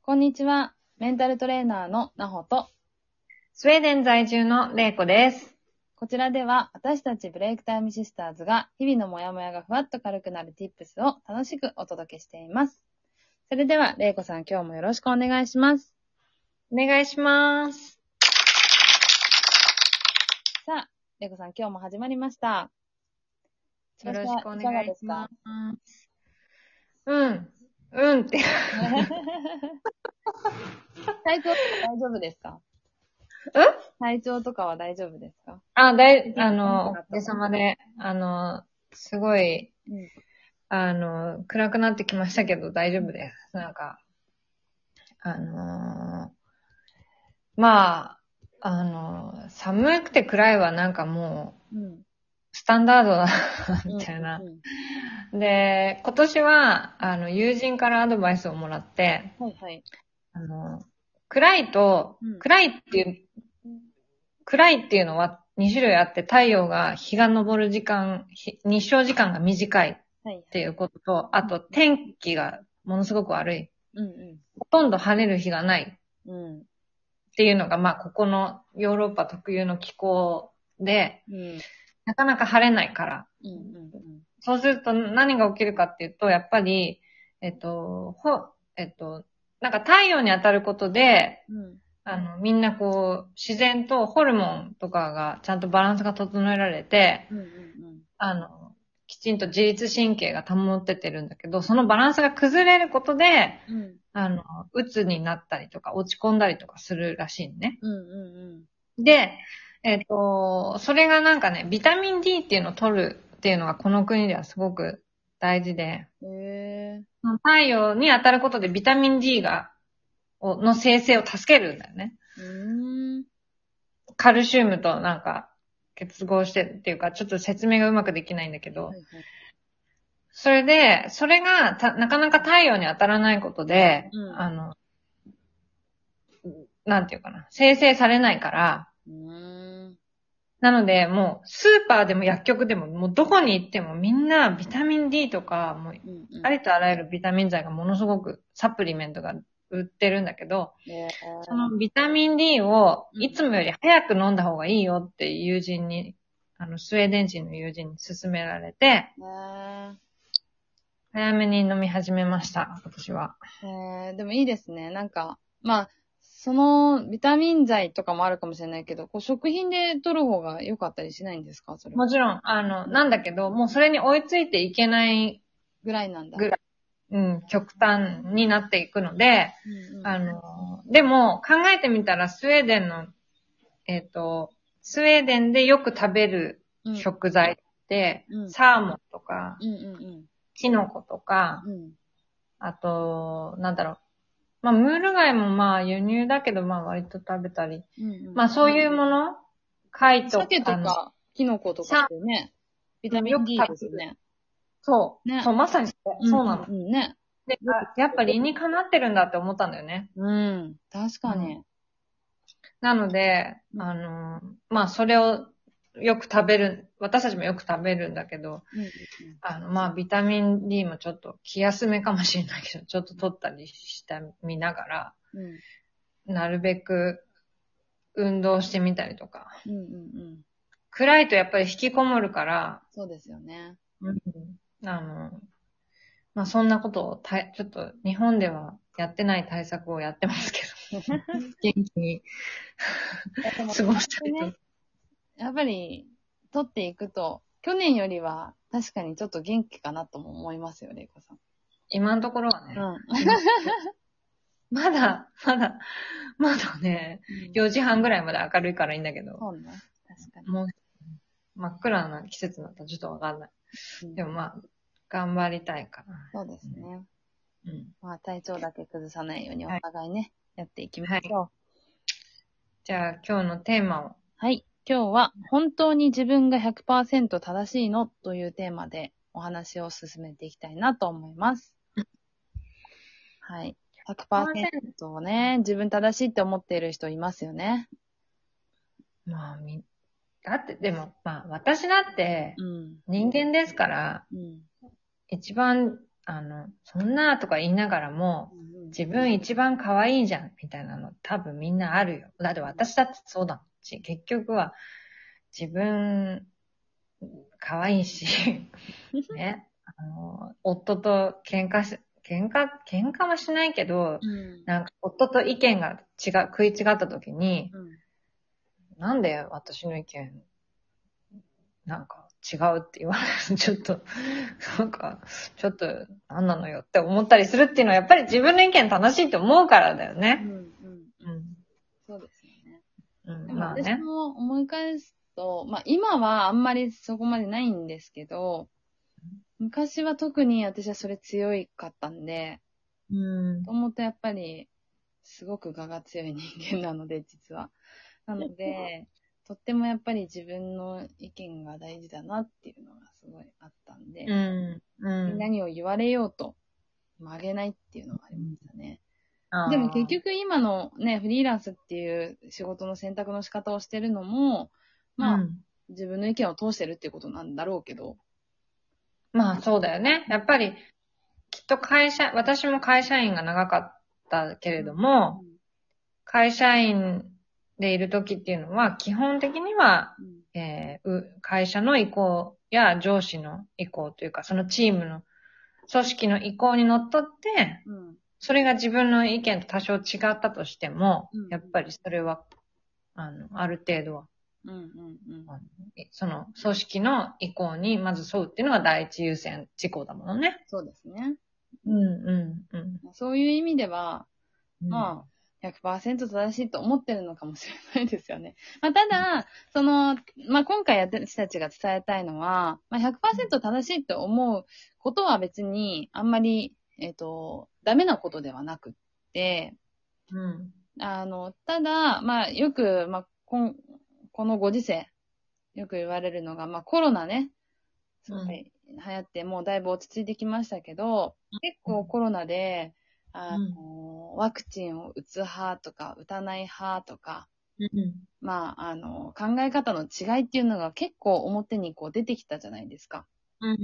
こんにちは。メンタルトレーナーのなほと、 スウェーデン在住のれいこです。 こちらでは私たちブレイクタイムシスターズが日々のモヤモヤがふわっと軽くなる Tips を楽しくお届けしています。それでは、れいこさん今日もよろしくお願いします。 お願いします。 さあ、れいこさん今日も始まりました。 よろしくお願いします。って。 体調とか大丈夫ですか？体調とかは大丈夫ですか？ おかげさまで、すごい、暗くなってきましたけど大丈夫です。なんか、寒くて暗いはなんかもう、スタンダードだ、みたいな。で、今年は、友人からアドバイスをもらって、暗いっていうのは2種類あって、太陽が日が昇る時間、日照時間が短いっていうことと、あと天気がものすごく悪い。ほとんど晴れる日がない。っていうのが、ここのヨーロッパ特有の気候で、なかなか晴れないから。そうすると何が起きるかっていうと、やっぱり、なんか太陽に当たることで、みんなこう、自然とホルモンとかがちゃんとバランスが整えられて、きちんと自律神経が保ててるんだけど、そのバランスが崩れることで、鬱になったりとか落ち込んだりとかするらしいのね。で、それがなんかね、ビタミン D っていうのを取るっていうのがこの国ではすごく大事で、太陽に当たることでビタミン D の生成を助けるんだよね。カルシウムとなんか結合してっていうか、ちょっと説明がうまくできないんだけど、それがなかなか太陽に当たらないことで、なんていうかな、生成されないから、なので、もう、スーパーでも薬局でも、もうどこに行ってもみんなビタミン D とか、もう、ありとあらゆるビタミン剤がものすごくサプリメントが売ってるんだけど、そのビタミン D をいつもより早く飲んだ方がいいよって友人に、スウェーデン人の友人に勧められて、早めに飲み始めました、今年は。 でもいいですね。なんか、そのビタミン剤とかもあるかもしれないけど、こう食品で取る方が良かったりしないんですか？それもちろん、なんだけど、もうそれに追いついていけないぐらいなんだ。 極端になっていくので、でも考えてみたらスウェーデンでよく食べる食材って、サーモンとか、キノコとか、あと、なんだろう。ムール貝も輸入だけど割と食べたり。そういうもの、貝とか。 鮭とか、キノコとかってね、ビタミン D ですよね。 そう。そう、まさにそうなの。で、やっぱり理にかなってるんだって思ったんだよね。 確かに。 なので、それをよく食べる、私たちもよく食べるんだけど、ビタミン D もちょっと気休めかもしれないけど、ちょっと取ったりしてみながら、なるべく運動してみたりとか。暗いとやっぱり引きこもるから、 そうですよね。 そんなことをちょっと日本ではやってない対策をやってますけど、元気に過ごしたいと。 やっぱり、取っていくと、去年よりは確かにちょっと元気かなとも思いますよ、れいこさん。 今のところはね。まだね、4時半ぐらいまで明るいからいいんだけど。 そうね。確かに。 もう、真っ暗な季節になったらちょっとわかんない。でも頑張りたいかな。 そうですね。体調だけ崩さないようにお互いね、やっていきましょう。 じゃあ今日のテーマを。 はい。今日は、本当に自分が 100% 正しいのというテーマでお話を進めていきたいなと思います。はい。100% をね、自分正しいって思っている人いますよね。 だって、でも、私だって、人間ですから、一番、そんなとか言いながらも、 自分一番可愛いじゃん、みたいなの多分みんなあるよ。だって私だってそうだし、結局は自分可愛いし、ね。夫と喧嘩はしないけど、なんか夫と意見が食い違った時に、なんで私の意見、なんか違うって言われるちょっと、なんか、ちょっと、なんなのよって思ったりするっていうのは、やっぱり自分の意見正しいと思うからだよね。 そうですよね。 でも私も思い返すと、今はあんまりそこまでないんですけど、昔は特に私はそれ強かったんで、と思うとやっぱり、すごく我が強い人間なので、実は。なので、とってもやっぱり自分の意見が大事だなっていうのがすごいあったんで、何を言われようと曲げないっていうのがありましたね。でも結局今のね、フリーランスっていう仕事の選択の仕方をしてるのも、自分の意見を通してるっていうことなんだろうけど。 そうだよね。やっぱり、きっと私も会社員が長かったけれども、会社員でいる時っていうのは、基本的には、会社の意向や上司の意向というか、そのチームの組織の意向にのっとって、それが自分の意見と多少違ったとしても、やっぱりそれは、ある程度は、その組織の意向にまず沿うっていうのが第一優先事項だものね。 そうですね。そういう意味では、100% 正しいと思ってるのかもしれないですよね。ただ、今回私たちが伝えたいのは、100% 正しいと思うことは別にあんまり、ダメなことではなくって、ただ、よく、このご時世、よく言われるのが、コロナね、すごい流行って、もうだいぶ落ち着いてきましたけど、結構コロナで、ワクチンを打つ派とか、打たない派とか、考え方の違いっていうのが結構表にこう出てきたじゃないですか。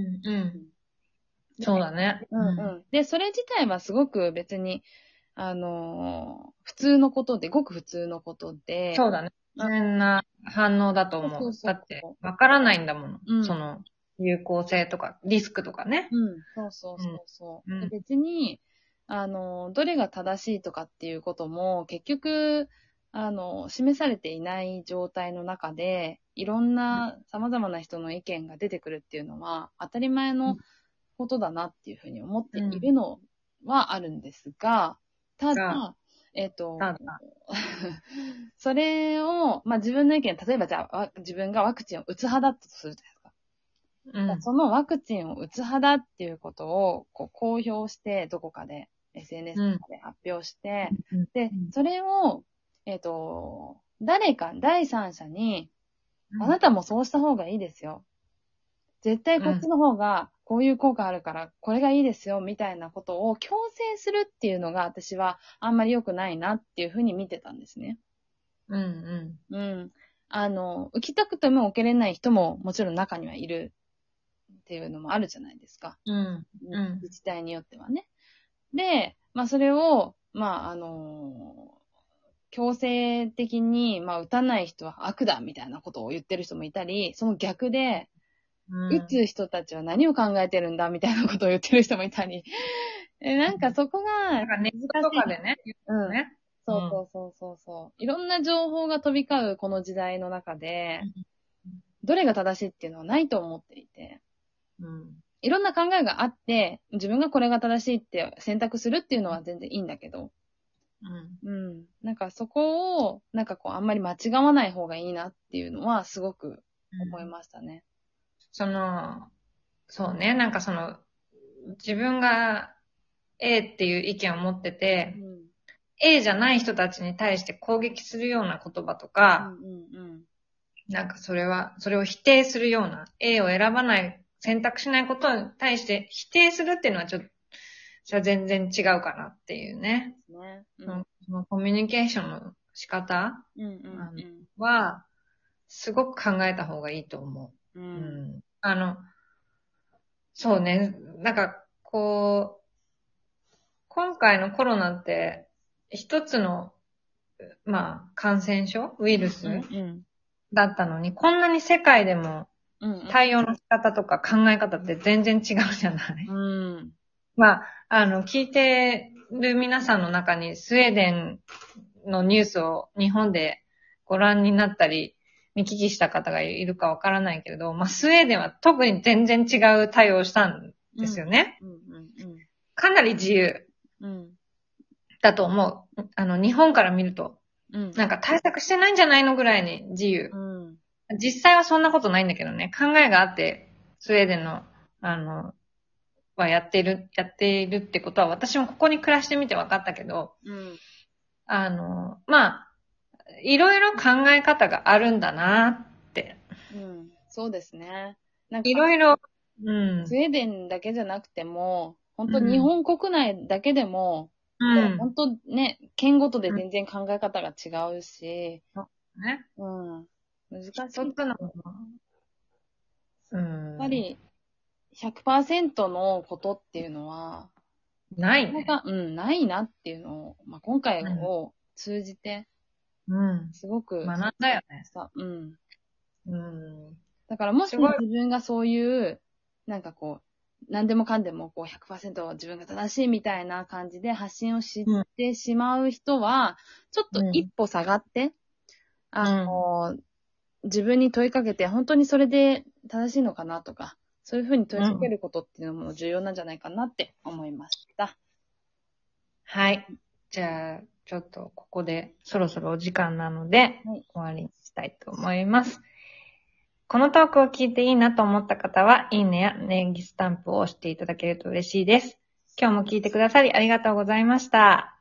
そうだね。 で、それ自体はすごく別に、普通のことで、ごく普通のことで。 そうだね。自然な反応だと思う。だって、わからないんだもの。その、有効性とか、リスクとかね。 そう。別に、どれが正しいとかっていうことも、結局、示されていない状態の中で、いろんな様々な人の意見が出てくるっていうのは、当たり前のことだなっていうふうに思っているのはあるんですが、ただ、それを、自分の意見、例えばじゃあ、自分がワクチンを打つ派だとするじゃないですか。そのワクチンを打つ派だっていうことをこう公表して、どこかで、SNS とかで発表して、で、それを、誰か、第三者に、あなたもそうした方がいいですよ。絶対こっちの方がこういう効果あるから、これがいいですよ、みたいなことを強制するっていうのが私はあんまり良くないなっていうふうに見てたんですね。受きたくても受けれない人ももちろん中にはいるっていうのもあるじゃないですか。自治体によってはね。で、それを、強制的に、打たない人は悪だみたいなことを言ってる人もいたり、その逆で、打つ人たちは何を考えてるんだみたいなことを言ってる人もいたり。なんかそこが、 なんかネットとかでね。 そう。いろんな情報が飛び交うこの時代の中で、どれが正しいっていうのはないと思っていて、いろんな考えがあって、自分がこれが正しいって選択するっていうのは全然いいんだけど、なんかそこを、なんかこうあんまり間違わない方がいいなっていうのはすごく思いましたね。 そうね、なんか自分が A っていう意見を持ってて、A じゃない人たちに対して攻撃するような言葉とか、なんかそれを否定するような、A を選ばない、選択しないことに対して否定するっていうのはそれは全然違うかなっていうね。そのコミュニケーションの仕方は、すごく考えた方がいいと思う。そうね、なんか、 今回のコロナって、一つの、まあ、感染症ウイルスだったのに、こんなに世界でも対応の仕方とか考え方って全然違うじゃない、まあ、聞いてる皆さんの中にスウェーデンのニュースを日本でご覧になったり、見聞きした方がいるかわからないけれど、まあ、スウェーデンは特に全然違う対応をしたんですよね。かなり自由だと思う。日本から見ると、なんか対策してないんじゃないのぐらいに自由。実際はそんなことないんだけどね、考えがあって、スウェーデンの、はやっているってことは、私もここに暮らしてみて分かったけど、まあ、いろいろ考え方があるんだなって。 そうですね。 なんかいろいろ、 スウェーデンだけじゃなくても、本当日本国内だけでも、本当ね、県ごとで全然考え方が違うし、難しい。やっぱり、100% のことっていうのは、 ないね。 ないなっていうのを、まあ、今回を通じて、すごく学んだよね。 だからもし自分がそういう、なんかこう、何でもかんでもこう 100% 自分が正しいみたいな感じで発信をしてしまう人は、ちょっと一歩下がって、自分に問いかけて、本当にそれで正しいのかなとか、そういうふうに問いかけることっていうのも重要なんじゃないかなって思いました。 はい。じゃあ、ちょっとここでそろそろお時間なので、終わりにしたいと思います。このトークを聞いていいなと思った方は、いいねやネギスタンプを押していただけると嬉しいです。今日も聞いてくださりありがとうございました。